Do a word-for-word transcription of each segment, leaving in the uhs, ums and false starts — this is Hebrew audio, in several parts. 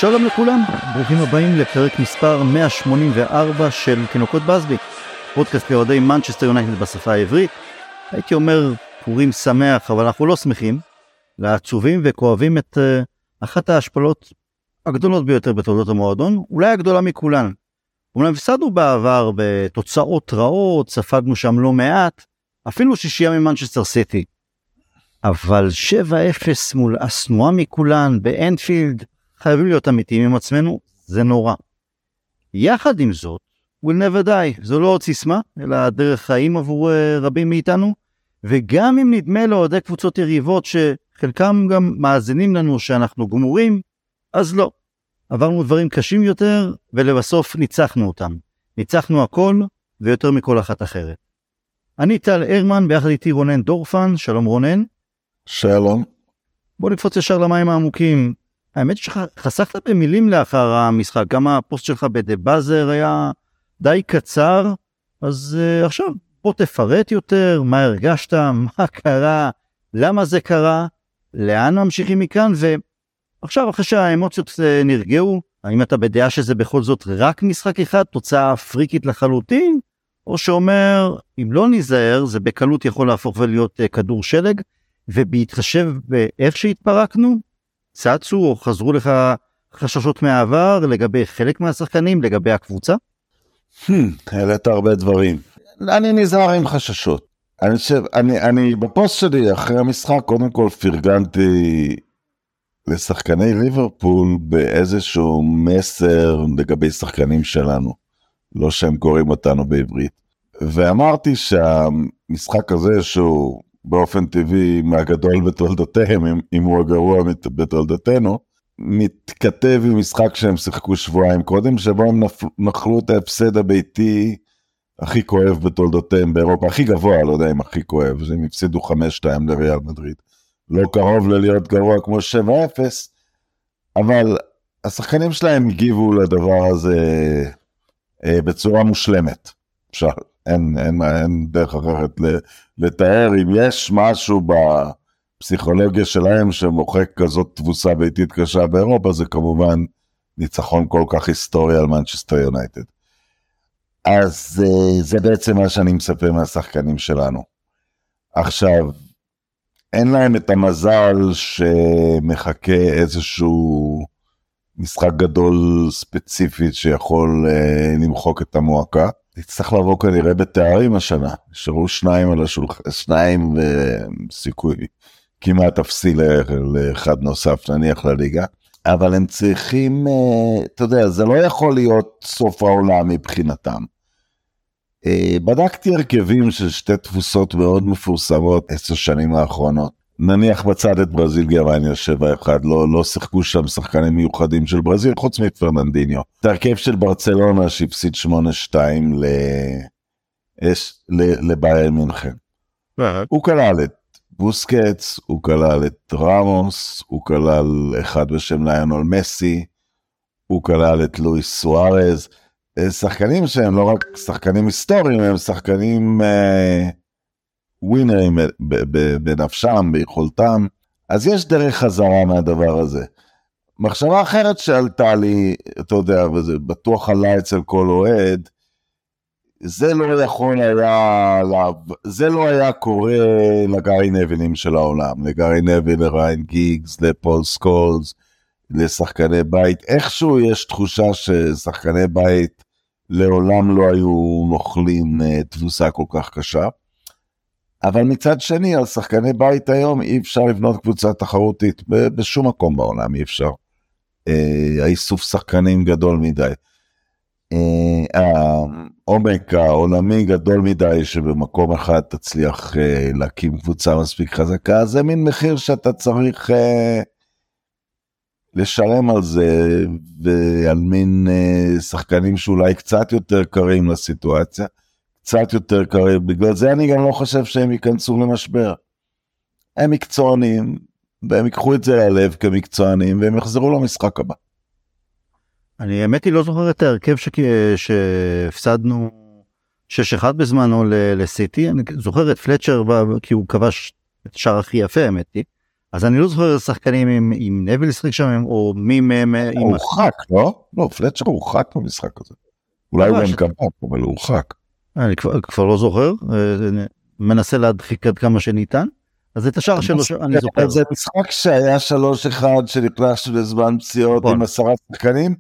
שלום לכולם, ברוכים הבאים לפרק מספר מאה שמונים וארבע של תינוקות בסבי, פודקאסט לאוהדי מנצ'סטר יונייטד בשפה העברית. הייתי אומר פורים שמח, אבל אנחנו לא שמחים, לעצובים וכואבים את uh, אחת ההשפלות הגדולות ביותר בתולדות המועדון, אולי הגדולה מכולן. אומנם הפסדנו בעבר בתוצאות רעות, ספגנו שם לא מעט, אפילו שישייה ממנצ'סטר סיטי, אבל שבע אפס מול השנואה מכולן באנפילד, חייבים להיות אמיתיים עם עצמנו, זה נורא. יחד עם זאת, we'll never die, זו לא עוד סיסמה, אלא דרך חיים עבור uh, רבים מאיתנו, וגם אם נדמה לאוהדי קבוצות יריבות שחלקם גם מאזינים לנו שאנחנו גמורים, אז לא. עברנו דברים קשים יותר, ולבסוף ניצחנו אותם. ניצחנו הכל, ויותר מכל אחת אחרת. אני טל הרמן, ביחד איתי רונן דורפן, שלום רונן. שלום. בוא נקפוץ ישר למים העמוקים. האמת שחסכת במילים לאחר המשחק, גם הפוסט שלך בדה באזר היה די קצר, אז uh, עכשיו בוא תפרט יותר, מה הרגשת, מה קרה, למה זה קרה, לאן ממשיכים מכאן, ועכשיו אחרי שהאמוציות uh, נרגעו, האם אתה בדעה שזה בכל זאת רק משחק אחד, תוצאה פריקית לחלוטין, או שאומר, אם לא ניזהר, זה בקלות יכול להפוך ולהיות uh, כדור שלג, ובהתחשב באיך שהתפרקנו, צצו או חזרו לך חששות מהעבר לגבי חלק מהשחקנים, לגבי הקבוצה? העלית הרבה דברים. אני נזהר עם חששות. אני חושב, אני, אני בפוסט שלי אחרי המשחק, קודם כל פרגנתי לשחקני ליברפול באיזשהו מסר לגבי שחקנים שלנו. לא שהם קוראים אותנו בעברית. ואמרתי שהמשחק הזה שהוא באופן טבעי מהגדול בתולדותיהם, אם, אם הוא הגרוע בתולדותינו, מתכתב עם משחק שהם שיחקו שבועיים קודם, שבו הם נפל, נחלו את ההפסד הביתי הכי כואב בתולדותיהם באירופה, הכי גבוה, לא יודע אם הכי כואב, שהם הפסידו חמש שתיים לריאל מדריד. לא קרוב ללהיות גרוע כמו שבע אפס, אבל השחקנים שלהם הגיבו לדבר הזה אה, בצורה מושלמת. אפשר. אין, אין, אין דרך אחרת לתאר, אם יש משהו בפסיכולוגיה שלהם שמוחק כזאת תבוסה ביתית קשה באירופה, זה כמובן ניצחון כל כך היסטורי על מנצ'סטר יונייטד. אז זה בעצם מה שאני מצפה מהשחקנים שלנו. עכשיו, אין להם את המזל שמחכה איזשהו משחק גדול ספציפית שיכול למחוק את המועקה, נצטרך לבוא כנראה בתארים השנה, נשארו שניים על השולחן, שניים וסיכוי כמעט אפסי לאחד נוסף נניח לליגה, אבל הם צריכים, אתה יודע, זה לא יכול להיות סוף העולם מבחינתם. בדקתי הרכבים של שתי תפוסות מאוד מפורסמות עשר שנים האחרונות, נניח בצד את ברזיל גרמניה שבע אחד, לא, לא שיחקו שם שחקנים מיוחדים של ברזיל, חוץ מפרננדיניו. את הרכב של ברצלונה שהפסיד שמונה שתיים לביירן מינכן. הוא כלל את בוסקטס, הוא כלל את רמוס, הוא כלל אחד בשם ליונל מסי, הוא כלל את לואיס סוארז, שחקנים שהם לא רק שחקנים היסטוריים, הם שחקנים אה, ווינרים בנפשם, ביכולתם, אז יש דרך חזרה מהדבר הזה. מחשבה אחרת שעלתה לי, אתה יודע, וזה בטוח עלה אצל כל אוהד, זה לא יכול היה, זה לא היה קורה לגארי נבילים של העולם, לגארי נביל, לריין גיגס, לפול סקולס, לשחקני בית, איכשהו יש תחושה ששחקני בית לעולם לא היו נוכלים תבוסה כל כך קשה, אבל מצד שני, על שחקני בית היום אי אפשר לבנות קבוצה תחרותית, בשום מקום בעולם אי אפשר. האיסוף שחקנים גדול מדי. העומק העולמי גדול מדי, שבמקום אחד תצליח להקים קבוצה מספיק חזקה, זה מין מחיר שאתה צריך לשלם על זה, ועל מין שחקנים שאולי קצת יותר קרים לסיטואציה, קצת יותר קרים, בגלל זה אני גם לא חושב שהם ייכנסו למשבר. הם מקצוענים, והם ייקחו את זה ללב כמקצוענים, והם יחזרו למשחק הבא. אני האמת היא לא זוכר את ההרכב שהפסדנו שש אחד בזמנו לסיטי, אני זוכר את פלצ'ר, כי הוא כבש את שער הכי יפה האמת היא, אז אני לא זוכר שחקנים עם, עם נבל שחק שם, או מי מהם... הוא הורחק, לא? לא, פלצ'ר הוא הורחק במשחק הזה. אולי הוא גם קבע, אבל הוא הורחק. אני כבר, כבר לא זוכר, מנסה להדחיק עד כמה שניתן, אז את השאר שלו אני זוכר. זה משחק שהיה שלוש אחד שנכנסנו לזמן פציעות עם עשרה שחקנים,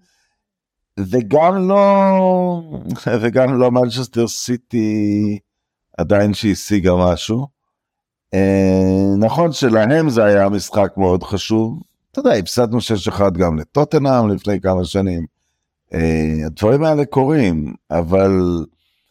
וגם לא, וגם לא מנצ'סטר סיטי עדיין שהשיגה משהו. נכון שלהם זה היה משחק מאוד חשוב, אתה יודע, הפסדנו שש אחד גם לטוטנהאם לפני כמה שנים, הדברים האלה קורים, אבל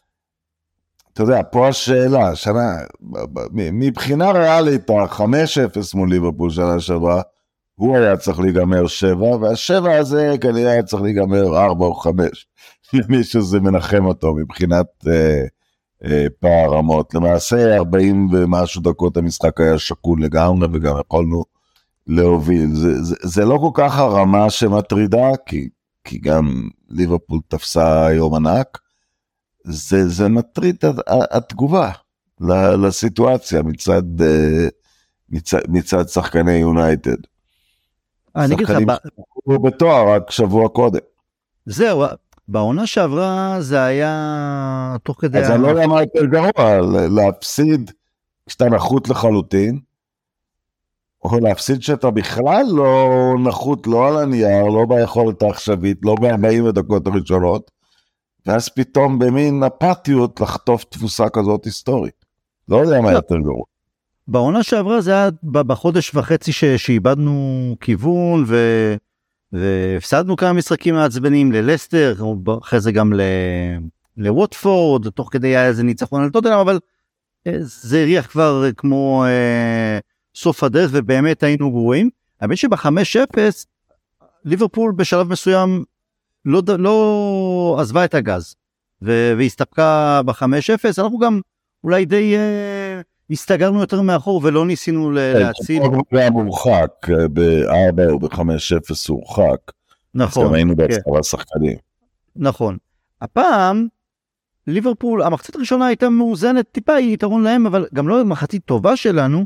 אתה יודע, פה השאלה, שנה, מבחינה ריאלית, ה-חמש אפס מול ליברפול שנה שעברה, הוא היה צריך להיגמר שבע, והשבע הזה כנראה היה צריך להיגמר ארבע או חמש, למישהו זה מנחם אותו מבחינת אה, אה, פער רמות. למעשה, ארבעים ומשהו דקות המשחק היה שקול לגמרי, וגם יכולנו להוביל. זה, זה, זה לא כל כך הרמה שמטרידה, כי, כי גם ליברפול תפסה יום ענק, זה, זה מטריד התגובה לסיטואציה מצד, מצד, מצד שחקני יונייטד. אני אגיד לך, הוא בתואר רק שבוע קודם. זהו, בעונה שעברה זה היה תוך כדי... אז אני לא יודע מה יותר גרוע, להפסיד כשאתה נחות לחלוטין, או להפסיד שאתה בכלל לא נחות, לא על הנייר, לא ביכולת העכשווית, לא ב-ארבעים הדקות הראשונות, ואז פתאום במין אפתיות לחטוף תפוסה כזאת היסטורית. לא יודע מה יותר גרוע. בעונה שעברה זה היה בחודש וחצי שאיבדנו כיוון, והפסדנו כמה משחקים מעצבנים ללסטר, אחרי זה גם לווטפורד, תוך כדי היה איזה ניצחון על טוטנהאם, אבל זה הריח כבר כמו סוף הדרך, ובאמת היינו גרועים. האמת שב-חמש אפס, ליברפול בשלב מסוים, לא, לא עזבה את הגז, והסתפקה ב-חמש אפס, אנחנו גם אולי די אה, הסתגרנו יותר מאחור, ולא ניסינו להציל. הוא היה מורחק, ב-ארבע או ב-חמש אפס הוא הורחק, נכון. אז גם היינו בעצמה שחקנים. נכון. הפעם, ליברפול, המחצית הראשונה הייתה מאוזנת, טיפה היא יתרון להם, אבל גם לא מחצית טובה שלנו,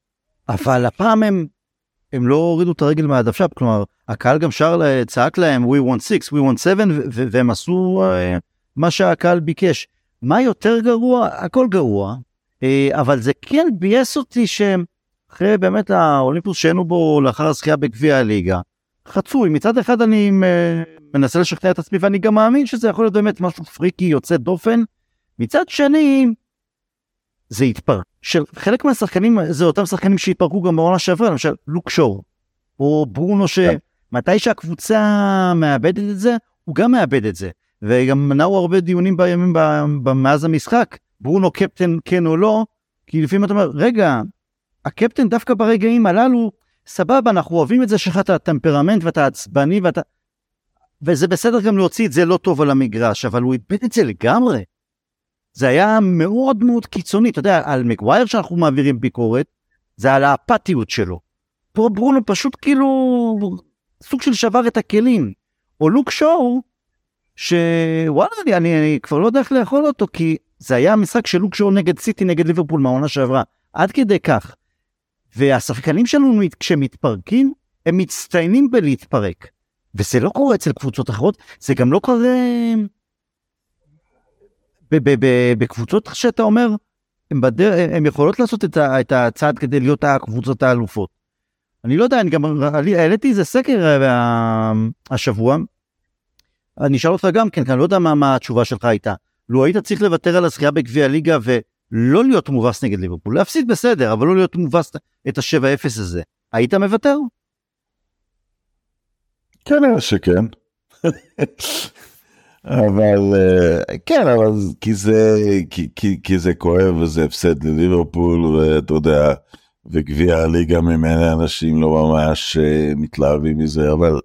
אבל הפעם הם, הם לא הורידו את הרגל מהדוושה, כלומר, הקהל גם שר, צעק להם, we want six, we want seven, והם עשו uh, מה שהקהל ביקש. מה יותר גרוע? הכל גרוע, uh, אבל זה כן בייס אותי שאחרי באמת האולימפוס שהיינו בו לאחר הזכייה בגביע הליגה, חצוי, מצד אחד אני uh, מנסה לשכנע את עצמי, ואני גם מאמין שזה יכול להיות באמת משהו פריקי, יוצא דופן, מצד שני, זה יתפרק. של חלק מהשחקנים, זה אותם שחקנים שהתפרקו גם בעונה שעברה, למשל לוק שואו, או ברונו ש... מתי שהקבוצה מאבדת את זה, הוא גם מאבד את זה. וגם נעו הרבה דיונים בימים מאז המשחק, ברונו קפטן כן או לא, כי לפעמים אתה אומר, רגע, הקפטן דווקא ברגעים הללו, סבבה, אנחנו אוהבים את זה שלך את הטמפרמנט ואתה עצבני, ואתה... וזה בסדר גם להוציא את זה לא טוב על המגרש, אבל הוא איבד את זה לגמרי. זה היה מאוד מאוד קיצוני, אתה יודע, על מגווייר שאנחנו מעבירים ביקורת, זה על האפתיות שלו. פה ברונו פשוט כאילו... סוג של שבר את הכלים, או לוק שואו, שוואלה, אני, אני, אני כבר לא יודע איך לאכול אותו, כי זה היה המשחק של לוק שואו נגד סיטי, נגד ליברפול, מהעונה שעברה, עד כדי כך, והשחקנים שלנו, כשמתפרקים, הם מצטיינים בלהתפרק, וזה לא קורה אצל קבוצות אחרות, זה גם לא קורה, בקבוצות שאתה אומר, הם יכולות לעשות את הצעד, כדי להיות הקבוצות האלופות, אני לא יודע, אני גם העליתי איזה סקר השבוע, אני אשאל אותך גם כן, כי אני לא יודע מה, מה התשובה שלך הייתה, לו היית צריך לוותר על הזכייה בגביע הליגה, ולא להיות מובס נגד ליברפול, להפסיד בסדר, אבל לא להיות מובס את ה-שבע אפס הזה, היית מוותר? כנראה שכן, אבל כן, אבל כי זה, כי, כי, כי זה כואב, וזה הפסד לליברפול, ואתה יודע, וגביע הליגה ממנה אנשים לא ממש uh, מתלהבים מזה, אבל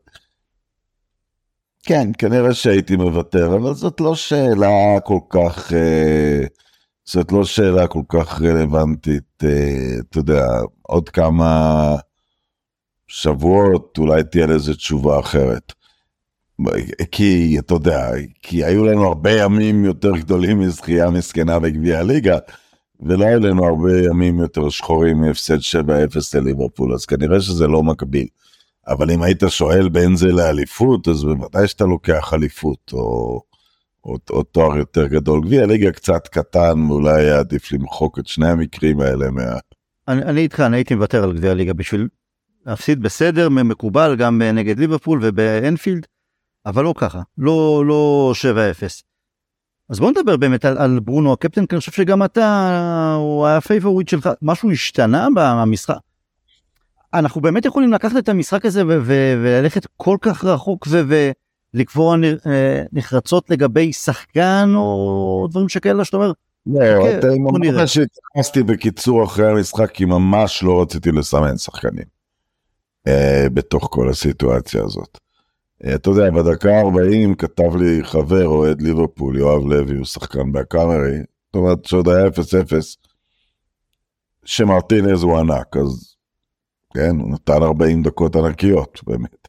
כן, כנראה שהייתי מוותר, אבל זאת לא שאלה כל כך, uh, זאת לא שאלה כל כך רלוונטית, uh, אתה יודע, עוד כמה שבועות אולי תהיה לזה תשובה אחרת, כי אתה יודע, כי היו לנו הרבה ימים יותר גדולים מזכייה מסכנה בגביע הליגה, ולא היה לנו הרבה ימים יותר שחורים מהפסד שבע אפס לליברפול, אז כנראה שזה לא מקביל. אבל אם היית שואל בין זה לאליפות, אז בוודאי שאתה לוקח אליפות, או, או, או תואר יותר גדול. גביע הליגה קצת קטן, ואולי היה עדיף למחוק את שני המקרים האלה מה... אני, אני איתך, אני הייתי מוותר על גביע הליגה בשביל להפסיד בסדר, מקובל גם נגד ליברפול ובאנפילד, אבל לא ככה, לא, לא שבע אפס. אז בוא נדבר באמת על, על ברונו הקפטן, כי אני חושב שגם אתה, הוא היה פייבוריט שלך, משהו השתנה במשחק. אנחנו באמת יכולים לקחת את המשחק הזה ו- ו- וללכת כל כך רחוק ו- ולקבוע נחרצות לגבי שחקן או דברים שכאלה שאתה אומר, לא, אתה ממש שהתייחסתי בקיצור אחרי המשחק, כי ממש לא רציתי לסמן שחקנים בתוך כל הסיטואציה הזאת. אתה יודע, בדקה ארבעים כתב לי חבר, אוהד ליברפול, יואב לוי, הוא שחקן בהקאמרי, זאת אומרת שעוד היה אפס אפס, שמרטינז הוא ענק, אז כן, הוא נתן ארבעים דקות ענקיות, באמת.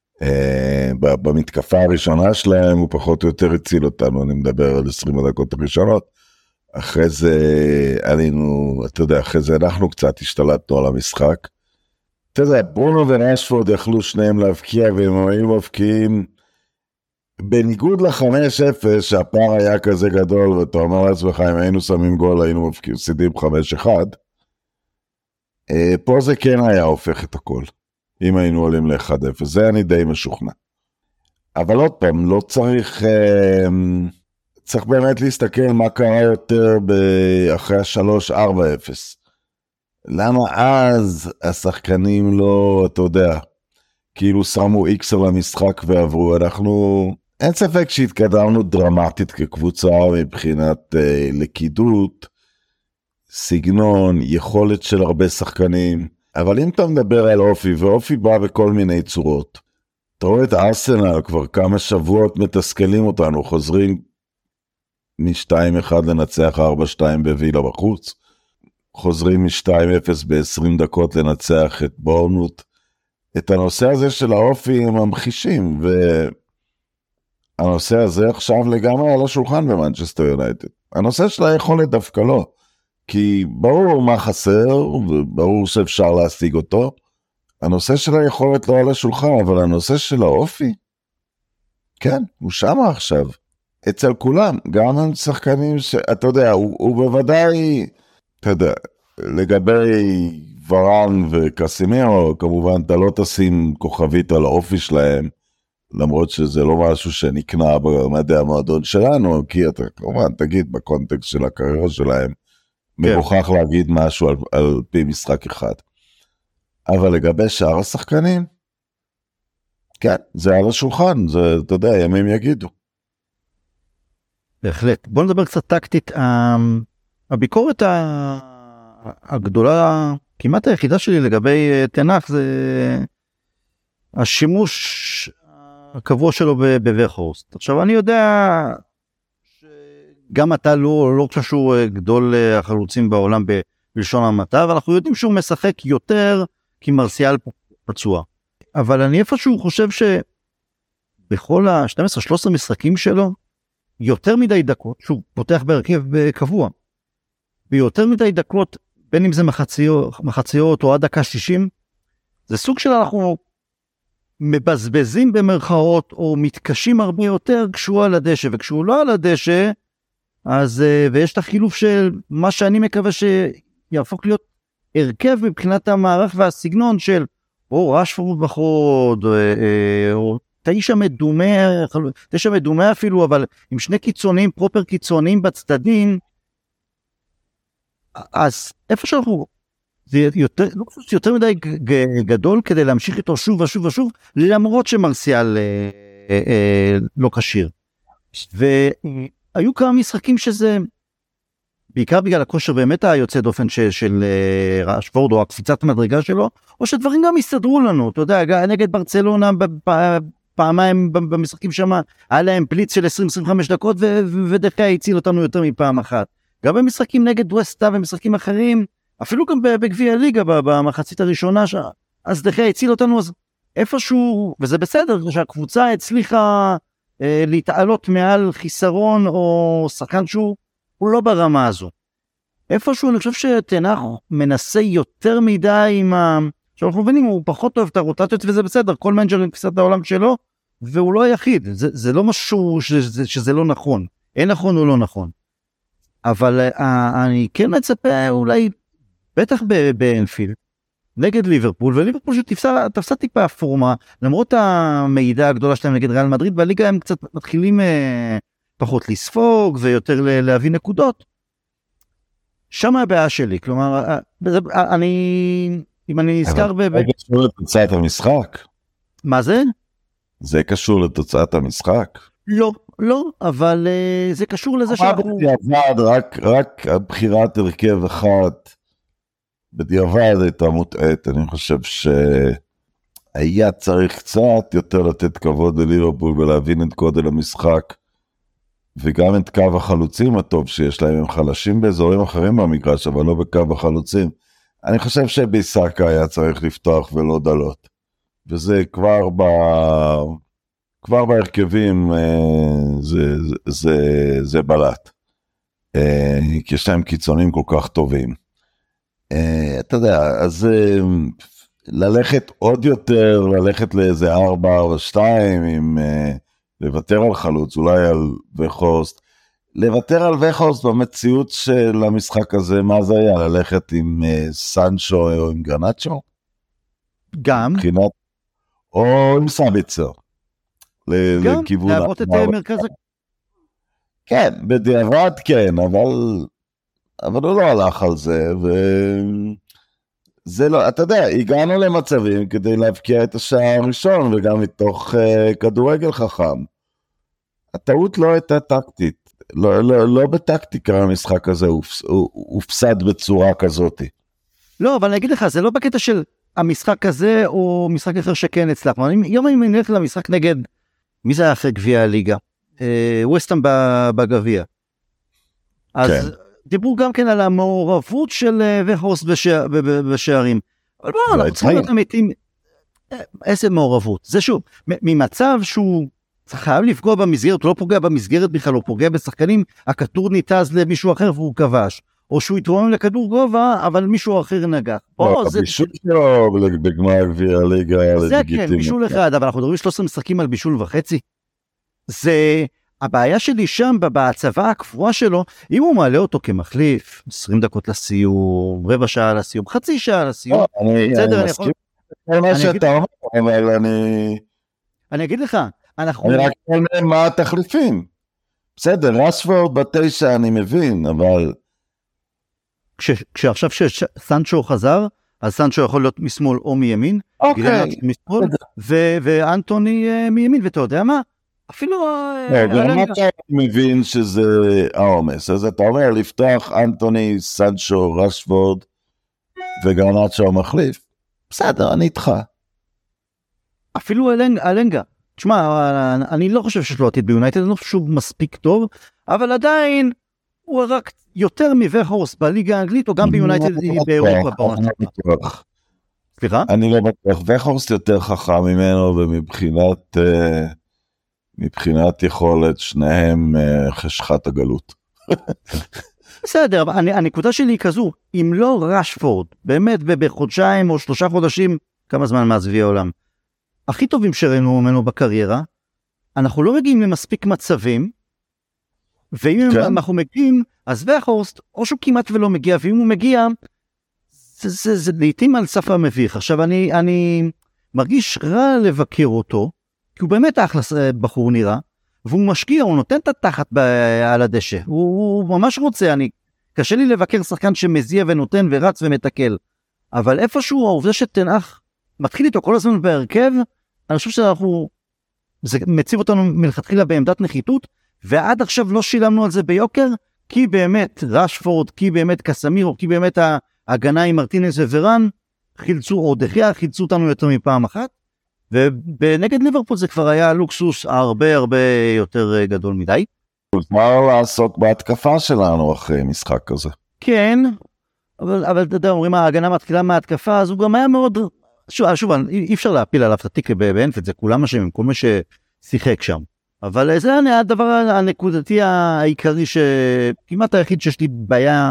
במתקפה הראשונה שלהם, הוא פחות או יותר הציל אותנו, אני מדבר על עשרים הדקות הראשונות, אחרי זה עלינו, אתה יודע, אחרי זה אנחנו קצת השתלטנו על המשחק, אתה יודע, ברונו ורשפורד יכלו שניהם להבקיע, והם היו מבקיעים, בניגוד ל-חמש אפס, שהפער היה כזה גדול, ואתה אומר לעצמך, אם היינו שמים גול, היינו מבקיעים סידים חמש אחד, פה זה כן היה הופך את הכל, אם היינו עולים ל-אחד אפס, זה אני די משוכנע. אבל עוד פעם, לא צריך, צריך באמת להסתכל מה קרה יותר אחרי ה-שלוש ארבע אפס. למה אז השחקנים לא, אתה יודע, כאילו שמו איקס על המשחק ועברו, אנחנו, אין ספק שהתקדמנו דרמטית כקבוצה מבחינת אה, לקידות, סגנון, יכולת של הרבה שחקנים, אבל אם אתה מדבר על אופי, ואופי בא בכל מיני צורות, אתה רואה את ארסנל כבר כמה שבועות מתסכלים אותנו, חוזרים מ-שתיים אחד לנצח ארבע שתיים בווילה בחוץ, חוזרים מ-שתיים אפס ב-עשרים דקות לנצח את בורנמוט. את הנושא הזה של האופי הם ממחישים, והנושא הזה עכשיו לגמרי על השולחן במנצ'סטר יונייטד. הנושא של היכולת דווקא לא, כי ברור מה חסר, וברור שאפשר להשיג אותו. הנושא של היכולת לא על השולחן, אבל הנושא של האופי, כן, הוא שם עכשיו. אצל כולם, גם הם שחקנים שאתה יודע, הוא, הוא בוודאי... אתה יודע, לגבי ורן וקסימירו, כמובן אתה לא תשים כוכבית על האופי שלהם, למרות שזה לא משהו שנקנה במדעי המועדון שלנו, כי אתה כמובן תגיד בקונטקסט של הקריירה שלהם, כן. מוכרח להגיד משהו על, על פי משחק אחד. אבל לגבי שאר השחקנים, כן, זה על השולחן, זה, אתה יודע, ימים יגידו. בהחלט. בוא נדבר קצת טקטית, הביקורת הגדולה, כמעט היחידה שלי לגבי תנח, זה השימוש הקבוע שלו בוורחורסט. עכשיו אני יודע שגם אתה לא, לא קשור גדול החלוצים בעולם בלשון המעטה, אבל אנחנו יודעים שהוא משחק יותר כי מרסיאל פצוע. אבל אני איפשהו חושב שבכל ה-שתים עשרה שלוש עשרה משחקים שלו, יותר מדי דקות, שהוא פותח בהרכב קבוע, ביותר מדי דקות, בין אם זה מחציות, מחציות או עד דקה שישים, זה סוג של אנחנו מבזבזים במרכאות, או מתקשים הרבה יותר כשהוא על הדשא, וכשהוא לא על הדשא, אז, ויש את החילוף של מה שאני מקווה שיהפוך להיות הרכב מבחינת המערך והסגנון של, או רשפורד בחוד, או תשע מדומה, תשע מדומה אפילו, אבל עם שני קיצונים, פרופר קיצונים בצדדים, אז איפה שאנחנו, זה יותר, לא חושב שיותר מדי גדול כדי להמשיך איתו שוב ושוב ושוב, למרות שמרסיאל אה, אה, לא קשיר. והיו כמה משחקים שזה, בעיקר בגלל הכושר באמת היוצא דופן של, של אה, רשפורד, או הקפיצת המדרגה שלו, או שדברים גם הסתדרו לנו, אתה יודע, נגד ברצלונה, פעמיים במשחקים שם, היה להם פליץ של עשרים עד עשרים וחמש דקות, ודקה הציל אותנו יותר מפעם אחת. גם במשחקים נגד ווסטה ומשחקים אחרים, אפילו גם בגביע הליגה במחצית הראשונה, אז דקה הציל אותנו, אז איפשהו, וזה בסדר, שהקבוצה הצליחה אה, להתעלות מעל חיסרון, או שחקן שהוא לא ברמה הזו. איפשהו אני חושב שתנח מנסה יותר מדי עם ה... שאנחנו מבינים, הוא פחות אוהב את הרוטציות וזה בסדר, כל מנג'ר עם תפיסת העולם שלו, והוא לא היחיד, זה, זה לא משהו שזה, שזה לא נכון, אין נכון או לא נכון. אבל uh, אני כן מצפה אולי, בטח באנפילד, נגד ליברפול, וליברפול שתפסה טיפה הפורמה, למרות המידע הגדולה שלהם נגד ריאל מדריד, והליגה הם קצת מתחילים uh, פחות לספוג, ויותר להביא נקודות. שם הבעיה שלי, כלומר, אני, אם אני נזכר ב... זה קשור לתוצאת המשחק? מה זה? זה קשור לתוצאת המשחק? לא, לא, אבל זה קשור לזה שאנחנו... בדיעבד, רק, רק הבחירת הרכב אחת, בדיעבד הייתה מוטעת, אני חושב שהיה צריך קצת יותר לתת כבוד לליברפול ולהבין את גודל המשחק, וגם את קו החלוצים הטוב שיש להם, הם חלשים באזורים אחרים במגרש, אבל לא בקו החלוצים. אני חושב שביסאקה היה צריך לפתוח ולא דלות. וזה כבר ב... כבר בהרכבים זה, זה, זה, זה בלט. כי יש להם קיצונים כל כך טובים. אתה יודע, אז ללכת עוד יותר, ללכת לאיזה ארבע ארבע שתיים עם... לוותר על חלוץ, אולי על וחורסט, לוותר על וחורסט במציאות של המשחק הזה, מה זה היה? ללכת עם uh, סנצ'ו או עם גרנצ'ו? גם. מבחינת, או עם סאביצר. גם, להראות את מרכז... כן, בדיעבד כן, אבל, אבל הוא לא הלך על זה, ו... זה לא, אתה יודע, הגענו למצבים כדי להבקיע את השער הראשון, וגם מתוך uh, כדורגל חכם. הטעות לא הייתה טקטית, לא, לא, לא בטקטיקה המשחק הזה הופסד בצורה כזאת. לא, אבל אני אגיד לך, זה לא בקטע של המשחק הזה, או משחק אחר שכן הצלחנו. יום אני נלך למשחק נגד, מי זה היה אחרי גביע הליגה? אה, ווסטהאם בגביע. אז... כן. דיברו גם כן על המעורבות של וחורסט בשע, בשערים. אבל בואו, אנחנו צריכים להיות אמיתים. איזה מעורבות? זה שוב, ממצב שהוא חייב לפגוע במסגרת, הוא לא פוגע במסגרת בכלל, הוא פוגע בשחקנים, הכדור ניתז למישהו אחר והוא כבש. או שהוא יתרומם לכדור גובה, אבל מישהו אחר נגח. לא, זה... בישול שלו בגמר גביע הליגה. זה כן, בישול אחד, אבל אנחנו מדברים שלושה עשר משחקים על בישול וחצי. זה... הבעיה שלי שם, בהצבה הקבועה שלו, אם הוא מעלה אותו כמחליף, עשרים דקות לסיום, רבע שעה לסיום, חצי שעה לסיום, בסדר, אני יכול... מה שאתה אומר, אבל אני... אני אגיד לך, אנחנו... אני רק אומר מה התחליפים. בסדר, רשפורד בתשע אני מבין, אבל... כשעכשיו שסנצ'ו חזר, אז סנצ'ו יכול להיות משמאל או מימין, אוקיי. ואנטוני מימין, ואתה יודע מה? אפילו... ברמת שאני מבין שזה העומס, אז אתה אומר לפתוח אנטוני, סנצ'ו, רשפורד וגרנצ'ו מחליף, בסדר, אני איתך. אפילו אלנגה, תשמע, אני לא חושב שיש לו עתיד ביונייטד, אני לא חושב שהוא מספיק טוב, אבל עדיין הוא רק יותר מווחורסט בליגה האנגלית, או גם ביונייטד באירופה. סליחה? אני לא בטוח, וחורסט יותר חכם ממנו, ומבחינת... מבחינת יכולת שניהם חשכת הגלות. בסדר, הנקודה שלי היא כזו, אם לא רשפורד, באמת בחודשיים או שלושה חודשים, כמה זמן מעזבי העולם, הכי טובים שראינו ממנו בקריירה, אנחנו לא מגיעים למספיק מצבים, ואם כן. אנחנו מגיעים, אז וחורסט, או שהוא כמעט ולא מגיע, ואם הוא מגיע, זה, זה, זה לעתים על סף המביך. עכשיו אני, אני מרגיש רע לבקר אותו, כי הוא באמת אחלה בחור נראה, והוא משקיע, הוא נותן את התחת ב- על הדשא, הוא, הוא ממש רוצה, אני, קשה לי לבקר שחקן שמזיע ונותן ורץ ומתקל, אבל איפשהו העובדה שתנח מתחיל איתו כל הזמן בהרכב, אני חושב שאנחנו, זה מציב אותנו מלכתחילה בעמדת נחיתות, ועד עכשיו לא שילמנו על זה ביוקר, כי באמת רשפורד, כי באמת קסמירו, כי באמת ההגנה עם מרטינס וורן, חילצו, או דחיה, חילצו אותנו יותר מפעם אחת, ובנגד ליברפול זה כבר היה לוקסוס הרבה הרבה יותר גדול מדי. מה לעסוק בהתקפה שלנו אחרי משחק כזה? כן, אבל, אבל אתה יודע, אומרים ההגנה מתחילה מההתקפה, אז הוא גם היה מאוד, שוב, שוב אי אפשר להפיל עליו את התיק באנפילד, זה כולם אשמים, כל מי ששיחק שם. אבל זה הדבר הנקודתי העיקרי, שכמעט היחיד שיש לי בעיה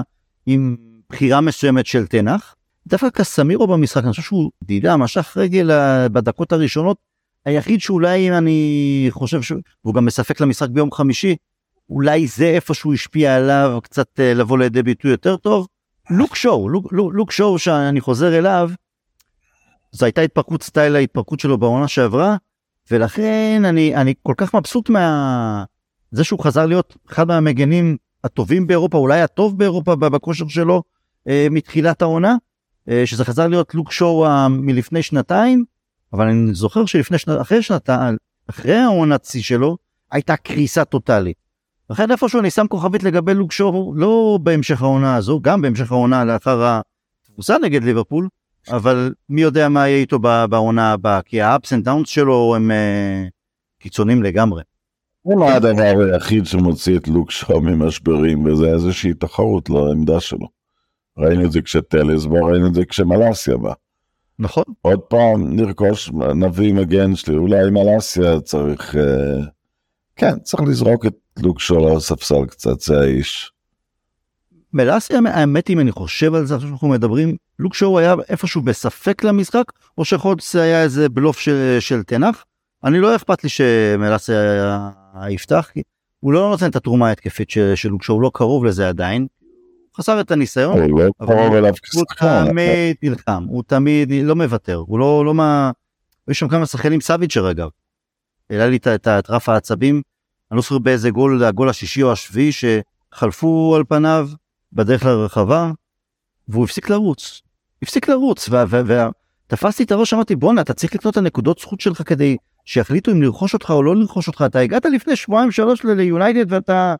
עם בחירה מסוימת של תנח, דווקא קסמירו במשחק, אני חושב שהוא דידה, משך רגל בדקות הראשונות, היחיד שאולי אני חושב שהוא גם מספק למשחק ביום חמישי, אולי זה איפה שהוא השפיע עליו, קצת לבוא לידי ביטוי יותר טוב, לוק שואו, לוק, לוק, לוק שואו שאני חוזר אליו, זו הייתה התפרקות סטייל ההתפרקות שלו בעונה שעברה, ולכן אני, אני כל כך מבסוט מה... זה שהוא חזר להיות אחד מהמגנים הטובים באירופה, אולי הטוב באירופה בכושר שלו, אה, מתחילת העונה, אה, שזה חזר להיות לוק שואו אה, מלפני שנתיים, אבל אני זוכר שלפני שנת, אחרי שנתיים, אחרי העונת צי שלו, הייתה קריסה טוטלית. לכן איפשהו אני שם כוכבית לגבי לוק שואו, לא בהמשך העונה הזו, גם בהמשך העונה לאחר התבוסה נגד ליברפול, אבל מי יודע מה יהיה איתו בעונה הבאה, כי ה-ups and downs שלו הם uh, קיצונים לגמרי. זה מה הדבר היחיד שמוציא את לוק שואו ממשברים, וזה איזושהי תחרות לעמדה שלו. ראינו את זה כשטלס בא, ראינו את זה כשמלאסיה בא. נכון. עוד פעם נרכוש, נביא מגן שלי, אולי מלאסיה צריך, uh, כן, צריך לזרוק את לוק שואו לספסל קצת, זה האיש. מלאסיה, האמת אם אני חושב על זה, עכשיו שאנחנו מדברים, לוק שואו היה איפשהו בספק למשחק, או שחוץ היה איזה בלוף של, של תנח, אני לא אכפת לי שמלאסיה יפתח, כי הוא לא נותן את התרומה ההתקפית של, של לוק שואו, הוא לא קרוב לזה עדיין, הוא חסר את הניסיון, הוא לא קרוב אליו הוא תמיד נלחם, הוא תמיד לא מוותר, הוא לא, לא מה, יש שם כמה שחקנים סאביצ'ר אגב, העלה לי את רף העצבים, אני לא זוכר באיזה גול, הגול השישי או השביעי שחלפו על פניו, בדרך לרחבה, והוא הפסיק לרוץ, הפסיק לרוץ, ותפסתי את הראש, אמרתי, בונה, אתה צריך לקנות את הנקודות זכות שלך, כדי שיחליטו אם לרכוש אותך או לא לרכוש אותך, אתה הגעת לפני שבועיים שלוש ליונייטד, ואתה,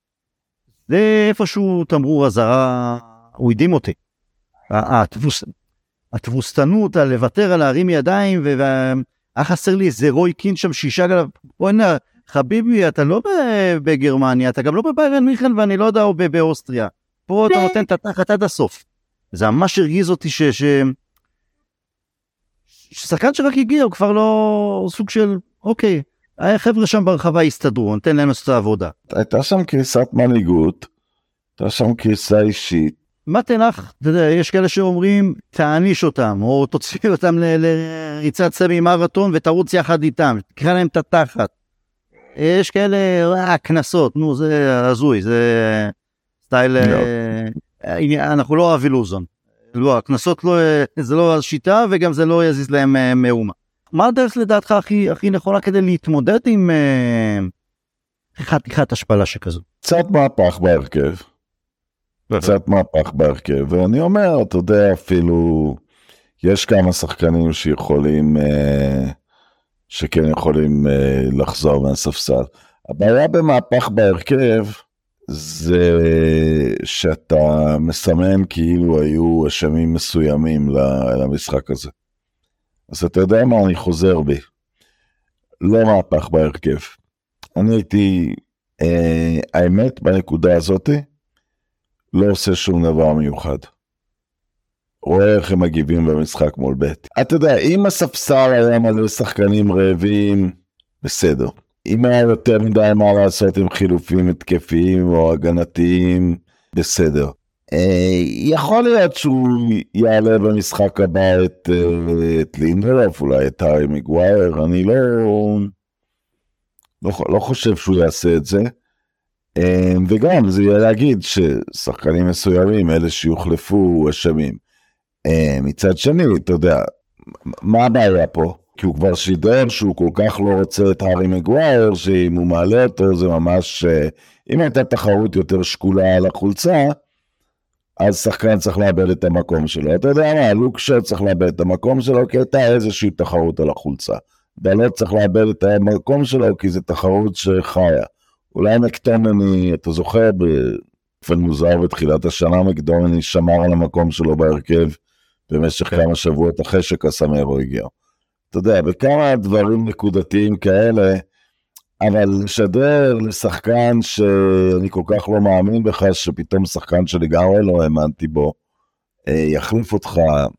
זה איפשהו תמרור הזרה, הוא הדים אותי, התבוסתנות, לוותר על להרים ידיים, והיה חסר לי איזה רוי קין שם, שישה גלב, בונה, חביבי, אתה לא בגרמניה, אתה גם לא בביירן מיכן, ואני לא יודע, או באוסטריה, פה אתה נותן את התחת עד הסוף. זה ממש הרגיז אותי ש... ש... ששחקן שרק הגיע, הוא כבר לא סוג של, אוקיי, החבר'ה שם ברחבה הסתדרו, נתן להם לעשות את העבודה. הייתה שם קריסת מנהיגות, הייתה שם קריסה אישית. מה תנח? אתה יודע, יש כאלה שאומרים, תעניש אותם, או תוציא אותם ל- לריצת סמי מרתון, ותרוץ יחד איתם, תקרא להם את התחת. יש כאלה, אה, כנסות, נו, זה הזוי, זה... סטייל, אנחנו לא אוהבי לוזון, לא, הכנסות לא, זה לא השיטה, וגם זה לא יזיז להם מאומה. מה הדרך לדעתך הכי, הכי נכונה כדי להתמודד עם חתיכת השפלה שכזו? קצת מהפך בהרכב, קצת מהפך בהרכב, ואני אומר, אתה יודע, אפילו, יש כמה שחקנים שיכולים, שכן יכולים לחזור מהספסל. הבעיה במהפך בהרכב, זה שאתה מסמן כאילו היו אשמים מסוימים למשחק הזה. אז אתה יודע מה, אני חוזר בי. לא מהפך בהרכב. אני הייתי, אה, האמת בנקודה הזאת, לא עושה שום דבר מיוחד. רואה איך הם מגיבים במשחק מול בית. אתה יודע, אם הספסל היה מלא שחקנים רעבים, בסדר. אם היה יותר מדי מה לעשות עם חילופים התקפיים או הגנתיים, בסדר. יכול להיות שהוא יעלה במשחק הבא את, את לינדלוף, אולי את הארי מגווייר, אני לא, לא, לא חושב שהוא יעשה את זה. וגם זה יהיה להגיד ששחקנים מסוימים, אלה שיוחלפו אשמים. מצד שני, אתה יודע, מה הבעיה פה? כי הוא כבר שידר שהוא כל כך לא רוצה את הארי מגווייר, שאם הוא מעלה אותו זה ממש, אם הייתה תחרות יותר שקולה על החולצה, אז שחקן צריך לאבד את המקום שלו. אתה יודע מה, לוק שואו צריך לאבד את המקום שלו, כי הייתה איזושהי תחרות על החולצה. דלות צריך לאבד את המקום שלו, כי זו תחרות שחיה. אולי מקטומני, אתה זוכר, באופן מוזר בתחילת השנה, מקטומני שמר על המקום שלו בהרכב, במשך כמה שבועות אחרי שקסמרו הגיע. אתה יודע, בכמה דברים נקודתיים כאלה, אבל לשדר לשחקן שאני כל כך לא מאמין בך, שפתאום שחקן שלגמרי לא האמנתי בו, יחליף אותך,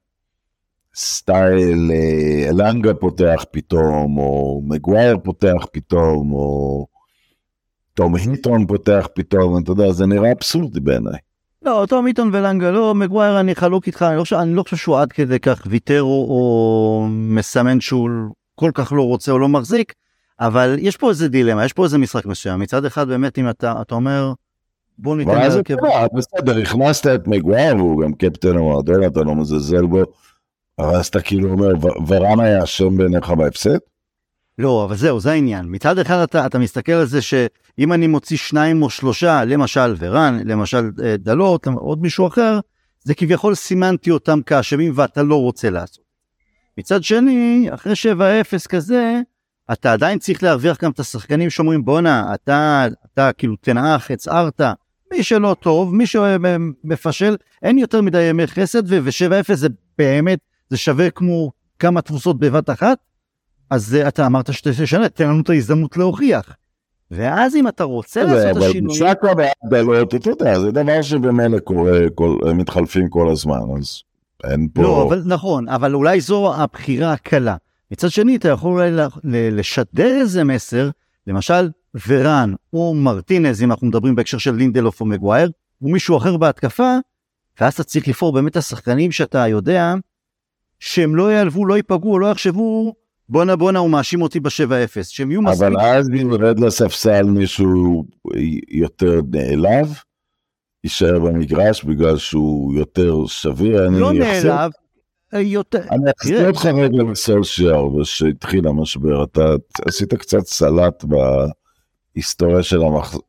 סטייל אלנגה פותח פתאום, או מגווייר פותח פתאום, או תום היטון פותח פתאום, אתה יודע, זה נראה אבסורדי בעיניי. לא, אותו מיטון ולנגה, לא, מגווייר אני חלוק איתך, אני לא חושב, אני לא חושב שהוא עד כדי כך ויתר או, או מסמן שהוא כל כך לא רוצה או לא מחזיק, אבל יש פה איזה דילמה, יש פה איזה משחק מסוים, מצד אחד באמת אם אתה, אתה אומר, בוא ניתן להרכב... בסדר, הכנסת את מגווייר, והוא גם קפטן המועדון, אתה לא מזלזל בו, אבל אז אתה כאילו אומר, ורן היה אשם בעיניך בהפסד? לא, אבל זהו, זה העניין. מצד אחד אתה, אתה מסתכל על זה שאם אני מוציא שניים או שלושה, למשל ורן, למשל דלות, עוד מישהו אחר, זה כביכול סימנתי אותם כאשמים ואתה לא רוצה לעשות. מצד שני, אחרי שבע אפס כזה, אתה עדיין צריך להרוויח גם את השחקנים שאומרים, בונה, אתה, אתה כאילו תנח, הצערת, מי שלא טוב, מי שמפשל, אין יותר מדי ימי חסד, ו-שבע אפס זה באמת, זה שווה כמו כמה תבוסות בבת אחת, אז אתה אמרת שתשנה, תן לנו את ההזדמנות להוכיח. ואז אם אתה רוצה לעשות את השינוי... אבל בשקה בעדלות, אתה יודע, זה דבר שבמילא קורה, מתחלפים כל הזמן, אז אין פה... לא, אבל נכון, אבל אולי זו הבחירה הקלה. מצד שני, אתה יכול אולי לשדר איזה מסר, למשל, ורן או מרטינז, אם אנחנו מדברים בהקשר של לינדלוף או מגווייר, ומישהו אחר בהתקפה, ואז אתה צריך לפור באמת השחקנים שאתה יודע, שהם לא יעלבו, לא ייפגעו, לא יחשבו, בונה בונה, הוא מאשים אותי ב-שבע אפס, שהם יהיו מספיק... אבל אז אם ירד לספסל מישהו יותר נעלב, יישאר במגרש בגלל שהוא יותר שביר, לא נעלב, יותר... אני אחזיר אותך רגע לסולשייר, ושהתחיל המשבר, אתה עשית קצת סלט בהיסטוריה של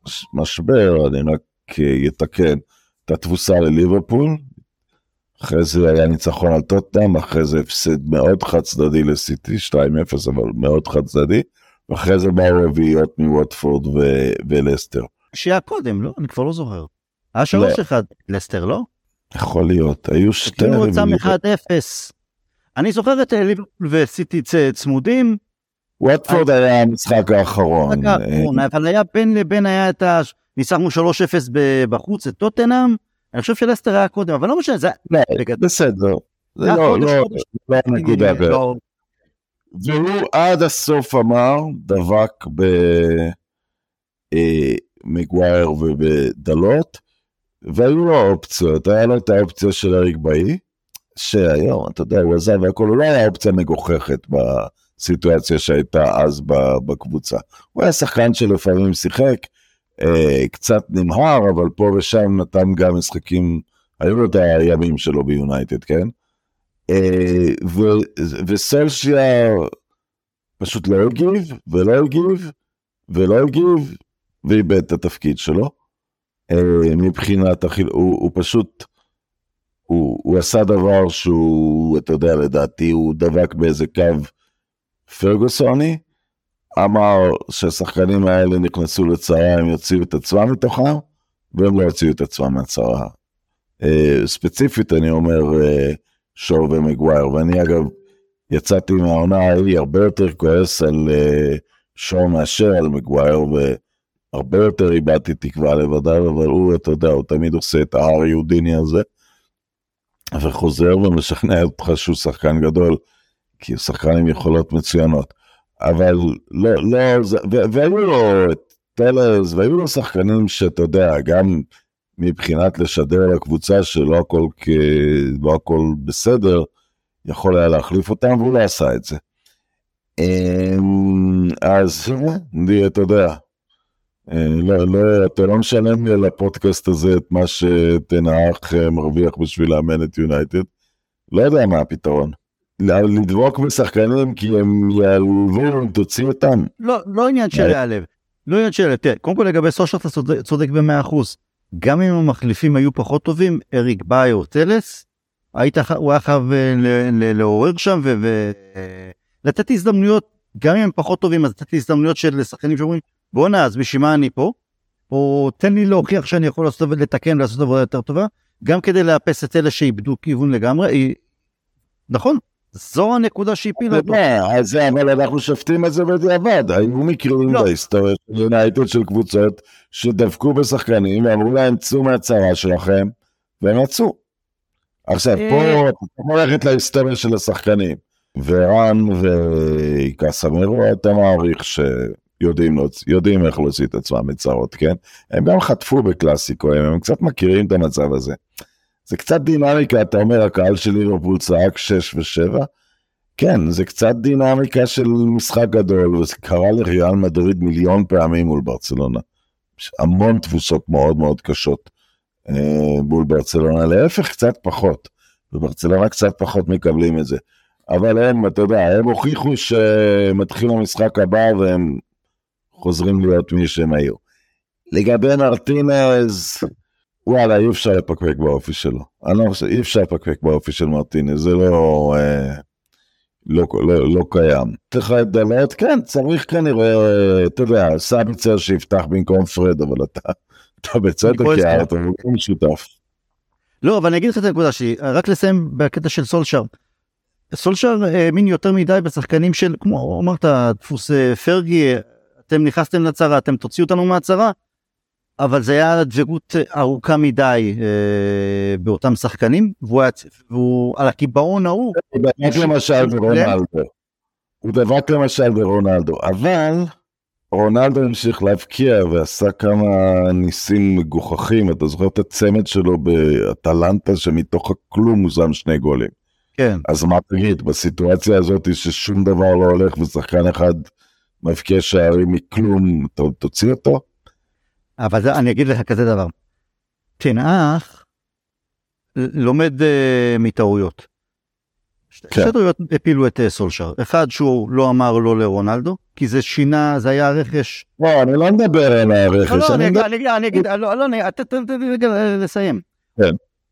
המשבר, אני רק יתקן, אתה תבוסה לליברפול, אחרי זה היה ניצחון על טוטנהאם, אחרי זה הפסד מאוד חד צדדי לסיטי, שתיים אפס, אבל מאוד חד צדדי, ואחרי זה באו רביעיות מווטפורד ו- ולסטר. שהיה קודם, לא? אני כבר לא זוכר. היה שלוש אחד לסטר, לא? יכול להיות, היו שתי רביעיות. כאילו רוצם אחד אפס. אני זוכר את ליברפול וסיטי צמודים. ווטפורד היה המשחק האחרון. אבל היה בין לבין היה את ה... ניצחנו שלוש אפס בחוץ, את טוטנהאם. אני חושב שלסטר היה קודם, אבל לא משנה, זה... לא, בסדר. זה לא, לא, לא נקודה. והוא עד הסוף אמר, דבק במגווייר ובדלות, והיו לו אופציות, היה לו את האופציה של אריק באי, שהיום, אתה יודע, הוא עזב והכל, הוא לא היה אופציה מגוחכת בסיטואציה שהייתה אז בקבוצה. הוא היה שחקן שלפעמים שיחק, קצת נמהר, אבל פה ושם נתן גם משחקים, היו לו את הימים שלו ביונייטד, כן? וסולשייר פשוט לא הגיב, ולא הגיב, ולא הגיב, ואיבד את התפקיד שלו. מבחינת, הוא פשוט, הוא עשה דבר שהוא, אתה יודע, לדעתי, הוא דבק באיזה קו פרגוסוני, אמר שהשחקנים האלה נכנסו לצרה, הם יוציאו את עצמם מתוכם, והם לא יוציאו את עצמם מהצרה. ספציפית אני אומר שואו ומגווייר, ואני אגב יצאתי מהעונה ההיא הרבה יותר כועס על שואו מאשר על מגווייר, והרבה יותר איבדתי תקווה לבדיו, אבל הוא, אתה יודע, הוא תמיד עושה את ההר יהודיני הזה, וחוזר ומשכנע אותך שהוא שחקן גדול, כי הוא שחקן עם יכולות מצוינות. אבל לא, לא, והיו לו טלרס, והיו לו שחקנים שאתה יודע, גם מבחינת לשדר לקבוצה שלא הכל, לא הכל בסדר, יכול היה להחליף אותם, והוא לא עשה את זה. אז, אתה יודע, לא, לא, אתה לא משלם לי לפודקאסט הזה את מה שתנח מרוויח בשביל לאמן את יונייטד, לא יודע מה הפתרון. לדבוק בשחקנים כי הם יעלבו, תוציא אותם. לא, לא עניין של יעלב. לא עניין של, תראה, קודם כל לגבי סושר אתה צודק ב-מאה אחוז. גם אם המחליפים היו פחות טובים, אריק באי או טלס, הוא היה חייב לעורר שם ולתת הזדמנויות, גם אם הם פחות טובים, אז לתת הזדמנויות של שחקנים שאומרים, בוא נה, אז בשביל מה אני פה? או תן לי להוכיח שאני יכול לעשות לתקן ולעשות עבודה יותר טובה, גם כדי לאפס את אלה שאיבדו כיוון לגמרי, נכון? זו הנקודה שהפילה אותו. אז אבל אנחנו שופטים את זה בדיעבד. היו מקרים בהיסטוריה של יונייטד של קבוצות שדבקו בשחקנים ואמרו להם צאו מהצרה שלכם והם יצאו. עכשיו פה אתה הולכת להיסטוריה של השחקנים ורן וקסמרו אתה מעריך יודעים, יודעים איך להוציא את עצמם מצרות, כן? הם גם חטפו בקלאסיקו, הם, הם קצת מכירים את המצב הזה. זה קצת דינמיקה, אתה אומר, הקהל של ליברפול צעק שש ושבע, כן, זה קצת דינמיקה של משחק גדול, וזה קרה לריאל מדריד מיליון פעמים מול ברצלונה. המון תבוסות מאוד מאוד קשות אה, מול ברצלונה, להפך קצת פחות, וברצלונה קצת פחות מקבלים את זה. אבל הם, אתה יודע, הם הוכיחו שמתחיל המשחק הבא, והם חוזרים להיות מי שהם היו. לגבי מרטינז, וואלה, אי אפשר לפקפק באופי שלו. אני לא חושב, אי אפשר לפקפק באופי של מרטינז, זה לא, אה, לא, לא, לא קיים. צריך לדעת, כן, צריך כנראה, אתה יודע, סאביצר שיפתח במקום פרד, אבל אתה, אתה בצדק, כי אתה לא משותף. לא, אבל אני אגיד לך את הנקודה שלי, רק לסיים בקטע של סולשר. סולשר האמין יותר מדי בשחקנים של, כמו אמרת, דפוס פרגי, אתם נכנסתם לצרה, אתם תוציאו אותנו מהצרה, אבל זה היה דבקות ארוכה מדי אה, באותם שחקנים, והוא, היה, והוא על הקיבעון ההוא. הוא דבק למשל ברונלדו. הוא דבק למשל ברונלדו, אבל רונלדו המשיך להבקיע ועשה כמה ניסים מגוחכים. אתה זוכר את הצמד שלו באטלנטה שמתוך הכלום הוא שם שני גולים. כן. אז מה תגיד, בסיטואציה הזאת ששום דבר לא הולך ושחקן אחד מבקיע שערים מכלום, אתה תוציא אותו? אבל זה, אני אגיד לך כזה דבר. תנאך לומד uh, מטעויות. כן. שתי טעויות הפילו את uh, סולשר. אחד שהוא לא אמר לא לרונלדו, כי זה שינה, זה היה רכש. לא, אני לא מדבר על הרכש. לא, לא, אני אגיד, אני אגיד, אני אגיד, לא, לא, תן לי רגע לסיים. כן.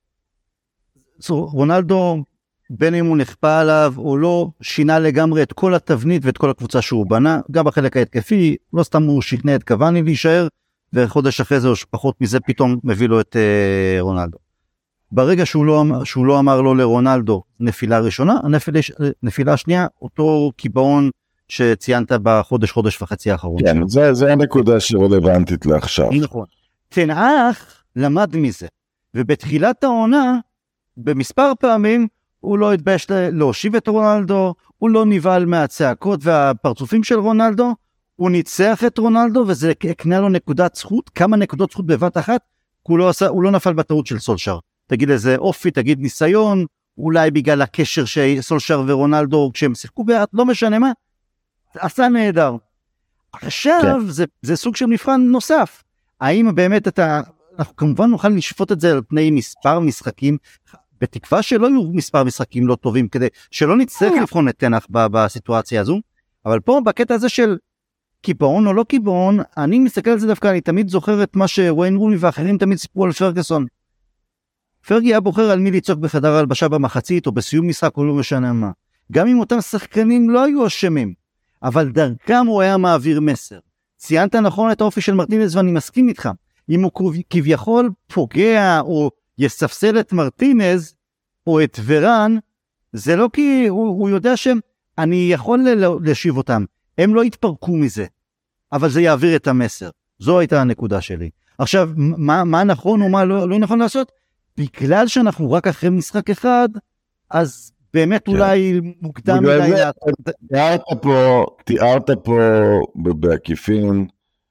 רונלדו, בין אם הוא נכפה עליו, או לא, שינה לגמרי את כל התבנית ואת כל הקבוצה שהוא בנה, גם בחלק ההתקפי, לא סתם הוא שכנע את קוואני להישאר, וחודש אחרי זה, או פחות מזה, פתאום מביא לו את uh, רונלדו. ברגע שהוא לא, שהוא לא אמר לו לרונלדו נפילה ראשונה, הנפילה, נפילה שנייה, אותו קיבעון שציינת בחודש, חודש וחצי האחרון. כן, זה, זה הנקודה שרלוונטית לעכשיו. נכון. תנאך למד מזה, ובתחילת העונה, במספר פעמים, הוא לא התבייש להושיב את רונלדו, הוא לא נבהל מהצעקות והפרצופים של רונלדו, הוא ניצח את רונלדו, וזה הקנה לו נקודת זכות, כמה נקודות זכות בבת אחת, הוא לא, עשה, הוא לא נפל בטעות של סולשר. תגיד איזה אופי, תגיד ניסיון, אולי בגלל הקשר שסולשר ורונלדו, כשהם שיחקו ביחד, לא משנה מה, עשה נהדר. עכשיו, כן. זה, זה סוג של מבחן נוסף. האם באמת אתה, אנחנו כמובן נוכל לשפוט את זה על פני מספר משחקים, בתקווה שלא יהיו מספר משחקים לא טובים, כדי שלא נצטרך לבחון את תנח בסיטואציה הזו, אבל פה בקטע הזה של קיבעון או לא קיבעון, אני מסתכל על זה דווקא, אני תמיד זוכר את מה שוויין רוני ואחרים תמיד סיפרו על פרגוסון. פרגי היה בוחר על מי לצעוק בחדר הלבשה במחצית, או בסיום משחק, או לא משנה מה. גם אם אותם שחקנים לא היו אשמים, אבל דרכם הוא היה מעביר מסר. ציינת נכון את האופי של מרטינז, ואני מסכים איתך. אם הוא כביכול פוגע, או יספסל את מרטינז, או את ורן, זה לא כי הוא, הוא יודע שאני יכול להשיב אותם. הם לא יתפרקו מזה, אבל זה יעביר את המסר. זו הייתה הנקודה שלי. עכשיו, מה, מה נכון או מה לא, לא נכון לעשות? בגלל שאנחנו רק אחרי משחק אחד, אז באמת אולי מוקדם מדי. תיארת פה, תיארת פה בעקיפין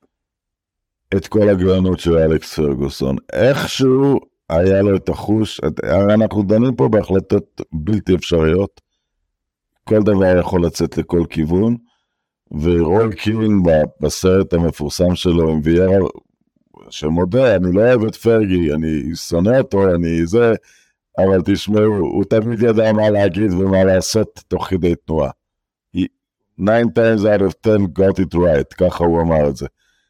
את כל הגאונות של אלכס פרגוסון. איכשהו היה לו את החוש, אנחנו דנים פה בהחלטות בלתי אפשריות, כל דבר יכול לצאת לכל כיוון, ורוי קין בסרט המפורסם שלו עם ויירה, שמודה, אני לא אוהב את פרגי, אני שונא אותו, אני זה, אבל תשמעו, הוא תמיד ידע מה להגיד ומה לעשות תוך כדי תנועה. nine times out of ten got it right, ככה הוא אמר את זה.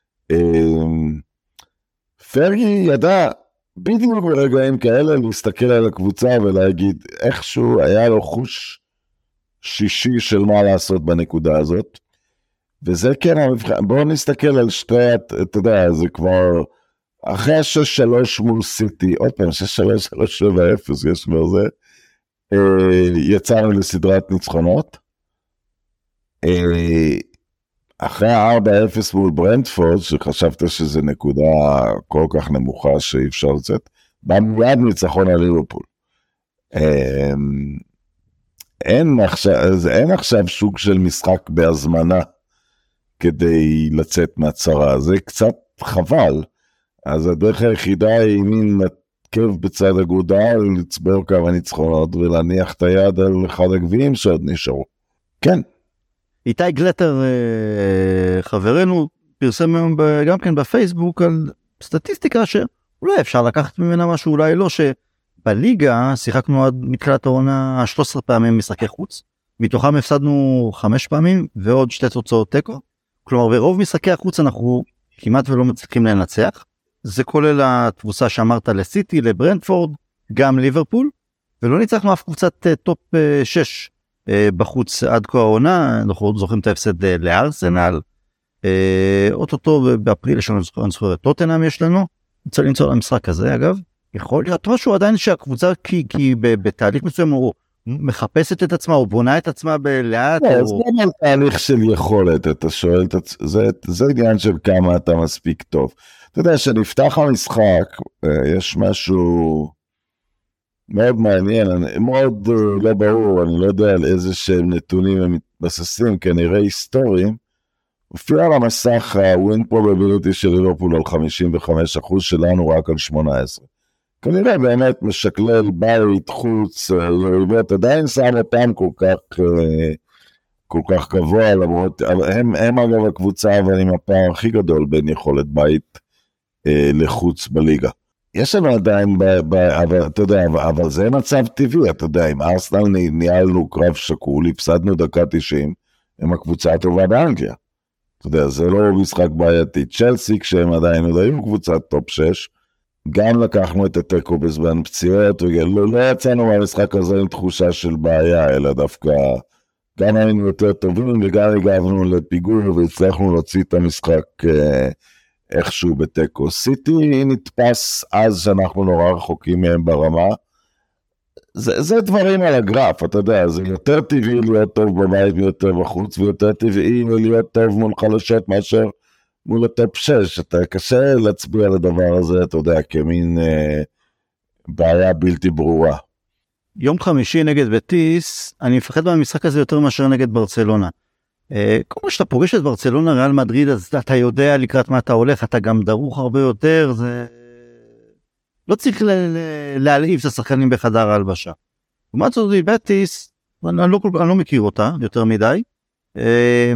פרגי ידע בדיוק ברגעים כאלה להסתכל על הקבוצה ולהגיד, איכשהו היה לו חוש שישי של מה לעשות בנקודה הזאת, וזה כן המבחן. בואו נסתכל על שתי, אתה יודע, זה כבר אחרי שש שלוש מול סיטי, עוד פעם, שש שלוש, שלוש שבע אפס, יש כבר זה, יצאנו לסדרת ניצחונות, אחרי ארבע אפס מול ברנטפורד, שחשבת שזה נקודה כל כך נמוכה שאי אפשר לצאת, בא מיד ניצחון על ליברפול. אין עכשיו, אין עכשיו סוג של משחק בהזמנה, כדי לצאת מהצרה, זה קצת חבל, אז הדרך היחידה היא מין לתקב בצד אגודל, לצבור כמה ניצחונות ולהניח את היד על אחד הגביעים שעוד נשארו. כן. איתי גלטר, חברנו, פרסם היום גם כן בפייסבוק על סטטיסטיקה שאולי אפשר לקחת ממנה משהו, אולי לא, שבליגה שיחקנו עד מתחילת העונה שלוש עשרה פעמים משחקי חוץ, מתוכם הפסדנו חמש פעמים ועוד שתי תוצאות תיקו, כלומר ברוב משחקי החוץ אנחנו כמעט ולא מצליחים לנצח, זה כולל התבוסה שאמרת לסיטי, לברנדפורד, גם ליברפול, ולא ניצחנו אף קבוצת טופ שש בחוץ עד כה העונה, אנחנו זוכרים את ההפסד לארסנל, אוטוטו באפריל יש לנו זוכרת טוטנהאם יש לנו, רוצה למצוא למשחק הזה אגב, יכול להיות משהו עדיין שהקבוצה כי, כי בתהליך מסוים הוא מחפשת את עצמה, או בונה את עצמה בלאט. זה לא תהליך של יכולת, אתה שואל, זה עניין של כמה אתה מספיק טוב. אתה יודע שנפתח המשחק, יש משהו מאוד מעניין, מאוד לא ברור, אני לא יודע על איזה שהם נתונים הם מתבססים, כנראה היסטוריים, הופיע על המסך ה-win probability של ליברפול על חמישים וחמישה אחוז, שלנו רק על שמונה עשרה. כנראה באמת משקלל בית, חוץ, באמת עדיין שם אותם כל כך, כל כך גבוה, למרות, הם, הם אגב הקבוצה, אבל עם הפער הכי גדול בין יכולת בית אה, לחוץ בליגה. יש לנו עדיין, ב, ב, אבל, אתה יודע, אבל, אבל זה מצב טבעי, אתה יודע, עם ארסנל ניהלנו קרב שקול, הפסדנו דקה תשעים, הם הקבוצה הטובה באנגליה. אתה יודע, זה לא משחק בעייתי. צ'לסי, כשהם עדיין עוד היו קבוצת טופ שש, גם לקחנו את הטקו בזמן פציעות, לא, לא יצאנו מהמשחק הזה עם תחושה של בעיה, אלא דווקא גם היינו יותר טובים, וגם הגענו לפיגור, והצלחנו להוציא את המשחק אה, איכשהו בטקו. סיטי נתפס אז שאנחנו נורא רחוקים מהם ברמה, זה, זה דברים על הגרף, אתה יודע, זה יותר טבעי להיות טוב בבית ויותר בחוץ, ויותר טבעי להיות טוב מול חלשות מאשר מול הטופ שש, אתה קשה להצביע על הדבר הזה, אתה יודע, כמין אה, בעיה בלתי ברורה. יום חמישי נגד בטיס, אני מפחד במשחק הזה יותר מאשר נגד ברצלונה. אה, כמו שאתה פוגש את ברצלונה, ריאל מדריד, אז אתה יודע לקראת מה אתה הולך, אתה גם דרוך הרבה יותר, זה... לא צריך להלעיב את השחקנים בחדר ההלבשה. לעומת זאת, בטיס, אני לא, אני לא מכיר אותה יותר מדי, אה,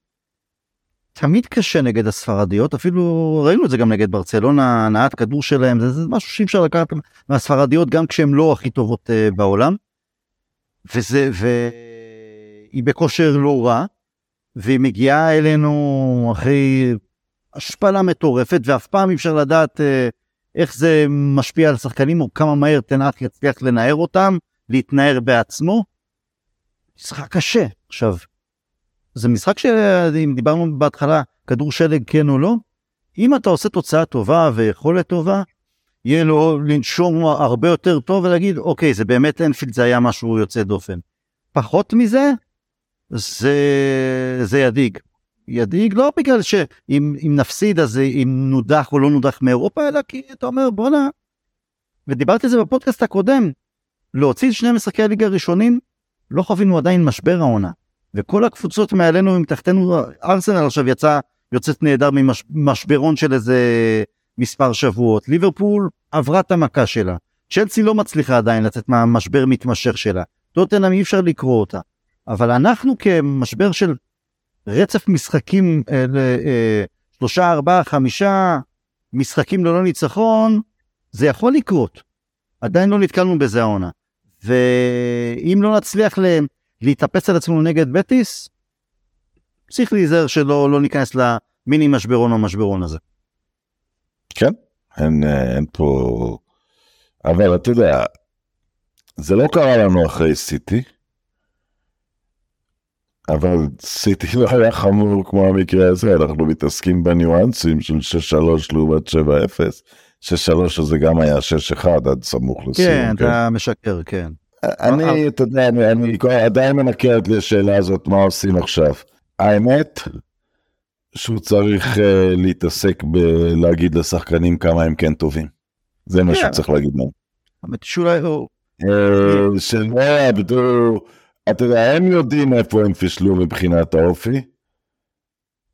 תמיד קשה נגד הספרדיות, אפילו ראינו את זה גם נגד ברצלונה, הנעת כדור שלהם, זה, זה משהו שאי אפשר לקחת מהספרדיות, גם כשהן לא הכי טובות uh, בעולם, וזה, והיא בכושר לא רע, והיא מגיעה אלינו אחרי השפלה מטורפת, ואף פעם אי אפשר לדעת uh, איך זה משפיע על שחקנים, או כמה מהר תנח יצליח לנער אותם, להתנער בעצמו, משחק קשה. עכשיו, זה משחק שאם דיברנו בהתחלה, כדור שלג כן או לא, אם אתה עושה תוצאה טובה ויכולת טובה, יהיה לו לנשום הרבה יותר טוב ולהגיד, אוקיי, זה באמת אנפילד, זה היה משהו יוצא דופן. פחות מזה, זה, זה ידיג. ידיג לא בגלל שאם אם נפסיד, אז אם נודח או לא נודח מאירופה, אלא כי אתה אומר, בוא'נה, ודיברתי את זה בפודקאסט הקודם, להוציא שני משחקי הליגה הראשונים, לא חווינו עדיין משבר העונה. וכל הקבוצות מעלינו עם תחתנו, ארסנל עכשיו יצא, יוצאת נהדר ממשברון של איזה מספר שבועות. ליברפול עברה את המכה שלה. צ'לסי לא מצליחה עדיין לצאת מהמשבר מתמשך שלה. טוטנהאם אי אפשר לקרוא אותה. אבל אנחנו כמשבר של רצף משחקים, אה, אה, שלושה, ארבעה, חמישה משחקים ללא ניצחון, זה יכול לקרות. עדיין לא נתקלנו בזה העונה. ואם לא נצליח להם, להתאפס על עצמנו נגד בטיס, צריך להיזהר שלא לא ניכנס למיני משברון או משברון הזה. כן, אין, אין פה, אבל אתה יודע, זה לא קרה לנו אחרי סיטי, אבל סיטי לא היה חמור כמו המקרה הזה, אנחנו מתעסקים בניואנסים של שש שלוש לעומת שבע אפס, שש שלוש הזה גם היה שש אחד עד סמוך לסיום. כן, אתה משקר, כן. אני, אתה יודע, אני, אני עדיין מנקרת לי השאלה הזאת, מה עושים עכשיו? האמת, שהוא צריך uh, להתעסק בלהגיד לשחקנים כמה הם כן טובים. זה מה שצריך להגיד להם. האמת שאולי הוא... שלא יעבדו, אתה יודע, הם יודעים איפה הם פישלו מבחינת האופי,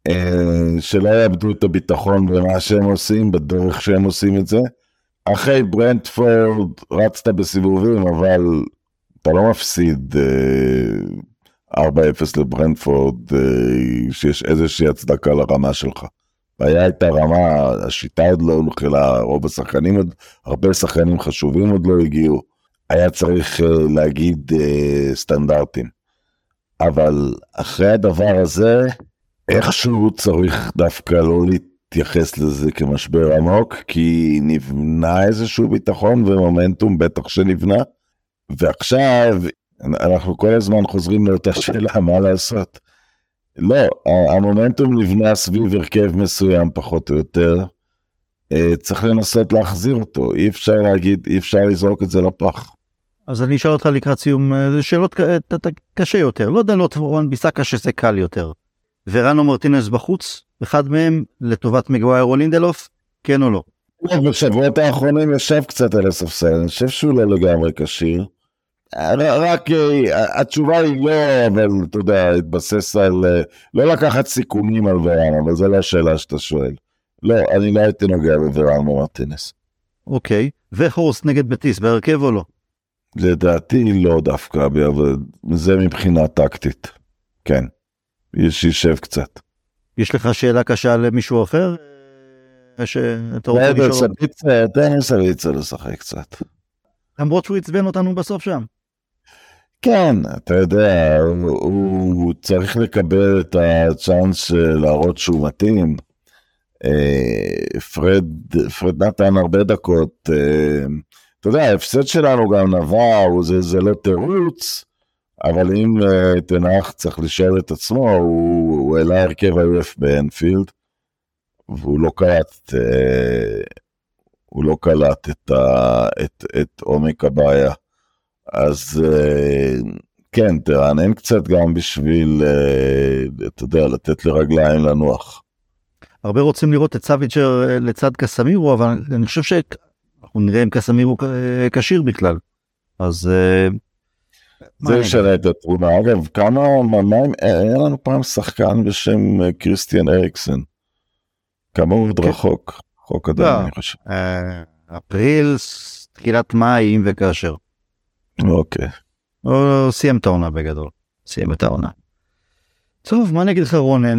שלא יאבדו את הביטחון במה שהם עושים, בדרך שהם עושים את זה. אחרי ברנטפורד רצת בסיבובים, אבל אתה לא מפסיד ארבע אפס לברנטפורד, שיש איזושהי הצדקה לרמה שלך. והיה את הרמה, השיטה עוד לא הולכלה, רוב השחקנים, הרבה שחקנים חשובים עוד לא הגיעו, היה צריך להגיד סטנדרטים. אבל אחרי הדבר הזה, איכשהו צריך דווקא לא להתייחס לזה כמשבר עמוק, כי נבנה איזשהו ביטחון ומומנטום בטח שנבנה, ועכשיו אנחנו כל הזמן חוזרים לאותה שאלה, מה לעשות? לא, המומנטום נבנה סביב הרכב מסוים פחות או יותר, צריך לנסות להחזיר אותו, אי אפשר להגיד, אי אפשר לזרוק את זה לפח. אז אני אשאל אותך לקראת סיום, זה שאלות קשה יותר, לא יודע, לא תבורן ביסקה שזה קל יותר. ורנו מרטינס בחוץ, אחד מהם לטובת מגווייר או לינדלוף, כן או לא? בשבועות האחרונים יושב קצת על הספסל, אני חושב שהוא לא לגמרי קשיר. רק התשובה היא לא, אבל אתה יודע, התבסס על, לא לקחת סיכונים על ורנו, אבל זו לא השאלה שאתה שואל. לא, אני לא הייתי נוגע בוורנו מרטינס. אוקיי, והורסט נגד בטיס, בהרכב או לא? לדעתי לא דווקא, אבל זה מבחינה טקטית. כן, יש יישב קצת. יש לך שאלה קשה למישהו אחר? שאתה רוצה לשאול? תן סביצה לשחק קצת. למרות שהוא יצבן אותנו בסוף שם. כן, אתה יודע, הוא, הוא צריך לקבל את הצ'אנס להראות שהוא מתאים. פרד, פרד נתן הרבה דקות, אתה יודע, ההפסד שלנו גם נבע, זה, זה לא תירוץ, אבל אם תנח צריך לשאול את עצמו, הוא, הוא העלה הרכב ה-יו אף באנפילד, והוא לא קלט, הוא לא קלט את, ה, את, את עומק הבעיה. אז כן, תרענן קצת גם בשביל, אתה יודע, לתת לרגליים לנוח. הרבה רוצים לראות את סאביצ'ר לצד קסמירו, אבל אני חושב שאנחנו נראה אם קסמירו קשיר בכלל. אז זה ישנה את התמונה. אגב, כמה ממים, היה לנו פעם שחקן בשם קריסטיאן אריקסן. כמה הוא עוד רחוק? חוק אדם, אני חושב. אפריל, תחילת מים וכאשר. אוקיי. או סיים את העונה בגדול. סיים את העונה. טוב, מה נגיד לך רונן?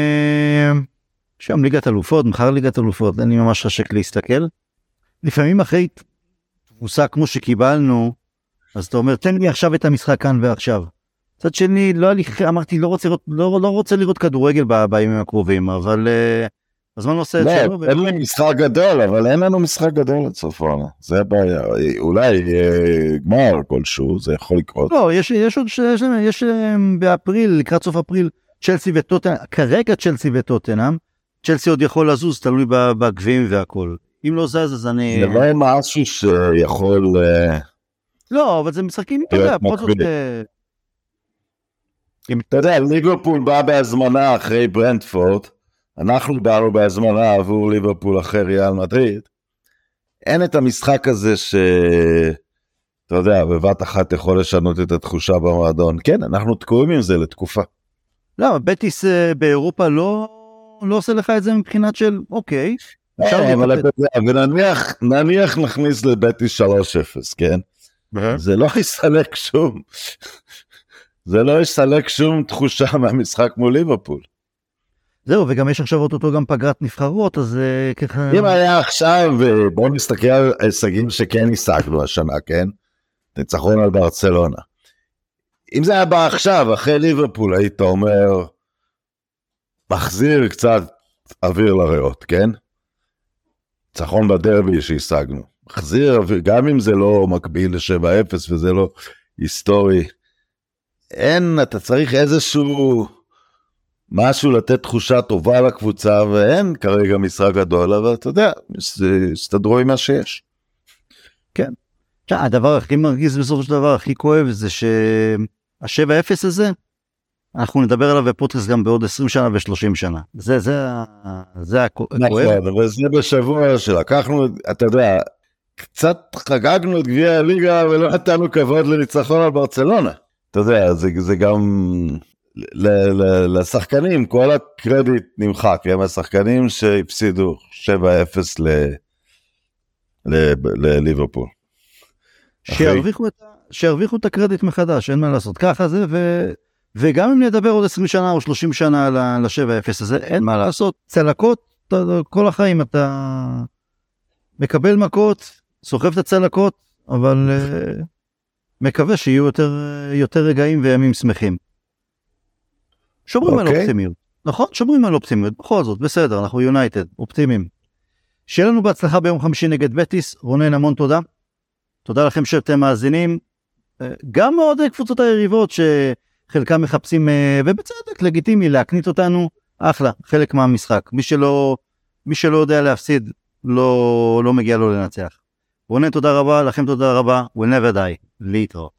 שם ליגת אלופות, מחר ליגת אלופות, אני ממש חשק להסתכל. לפעמים אחרי תבוסה כמו שקיבלנו, אז אתה אומר, תן לי עכשיו את המשחק כאן ועכשיו. צד שני, לא לי, אמרתי, לא רוצה, לא, לא רוצה לראות כדורגל בימים הקרובים, אבל אז מה נעשה את שלו? אין לי משחק גדול, אבל אין לנו משחק גדול לצפון, זה הבעיה. אולי גמר כלשהו, זה יכול לקרות. לא, יש, יש עוד, יש, יש באפריל, לקראת סוף אפריל, צ'לסי וטוטנאם, כרגע צ'לסי וטוטנאם, צ'לסי עוד יכול לזוז, תלוי בגביעים והכל. אם לא זז, אז אני... זה לא משהו שיכול... לא, אבל זה משחקים, אתה יודע, פחות זאת... אתה יודע, ליברפול בא בהזמנה אחרי ברנטפורד, אנחנו באנו בהזמנה עבור ליברפול אחרי ריאל מדריד, אין את המשחק הזה ש... אתה יודע, בבת אחת יכול לשנות את התחושה במועדון. כן, אנחנו תקועים עם זה לתקופה. לא, בטיס באירופה לא... לא עושה לך את זה מבחינת של, אוקיי. אבל אתה יודע, ונניח, נניח נכניס לבטיס שלוש אפס, כן? זה לא יסלק שום, זה לא יסלק שום תחושה מהמשחק מול ליברפול. זהו, וגם יש עכשיו אותו גם פגרת נבחרות, אז ככה... אם היה עכשיו, בואו נסתכל על הישגים שכן השגנו השנה, כן? ניצחון על ברצלונה. אם זה היה בא עכשיו, אחרי ליברפול, היית אומר... מחזיר קצת אוויר לריאות, כן? ניצחון בדרבי שהשגנו. מחזיר אוויר, גם אם זה לא מקביל ל-שבע אפס וזה לא היסטורי. אין, אתה צריך איזשהו משהו לתת תחושה טובה לקבוצה, ואין כרגע משחק גדול, אבל אתה יודע, הסתדרו עם מה שיש. כן. הדבר הכי מרגיז בסופו של דבר, הכי כואב, זה שה-שבע אפס הזה, אנחנו נדבר עליו בפודקאסט גם בעוד עשרים שנה ו-שלושים שנה. זה, זה, זה הכואב. נכון, אבל זה בשבוע שלקחנו, אתה יודע, קצת חגגנו את גביע הליגה, ולא נתנו כבוד לניצחון על ברצלונה. אתה יודע, זה, זה גם לשחקנים, כל הקרדיט נמחק, הם השחקנים שהפסידו שבע אפס לליברפול. שירוויחו את הקרדיט מחדש, אין מה לעשות, ככה זה, וגם אם נדבר עוד עשרים שנה או שלושים שנה ל-שבע אפס הזה, אין מה לעשות, צלקות, כל החיים אתה מקבל מכות, סוחב את הצלקות, אבל מקווה שיהיו יותר רגעים וימים שמחים. שומרים על אופטימיות, נכון? שומרים על אופטימיות, בכל זאת, בסדר, אנחנו יונייטד, אופטימיים. שיהיה לנו בהצלחה ביום חמישי נגד בטיס, רונן, המון תודה. תודה לכם שאתם מאזינים, גם מאוד קבוצות היריבות שחלקם מחפשים, ובצדק לגיטימי להקנית אותנו, אחלה, חלק מהמשחק. מי שלא, מי שלא יודע להפסיד, לא, לא מגיע לו לנצח. רונן, תודה רבה, לכם תודה רבה, we'll never die, להתראות.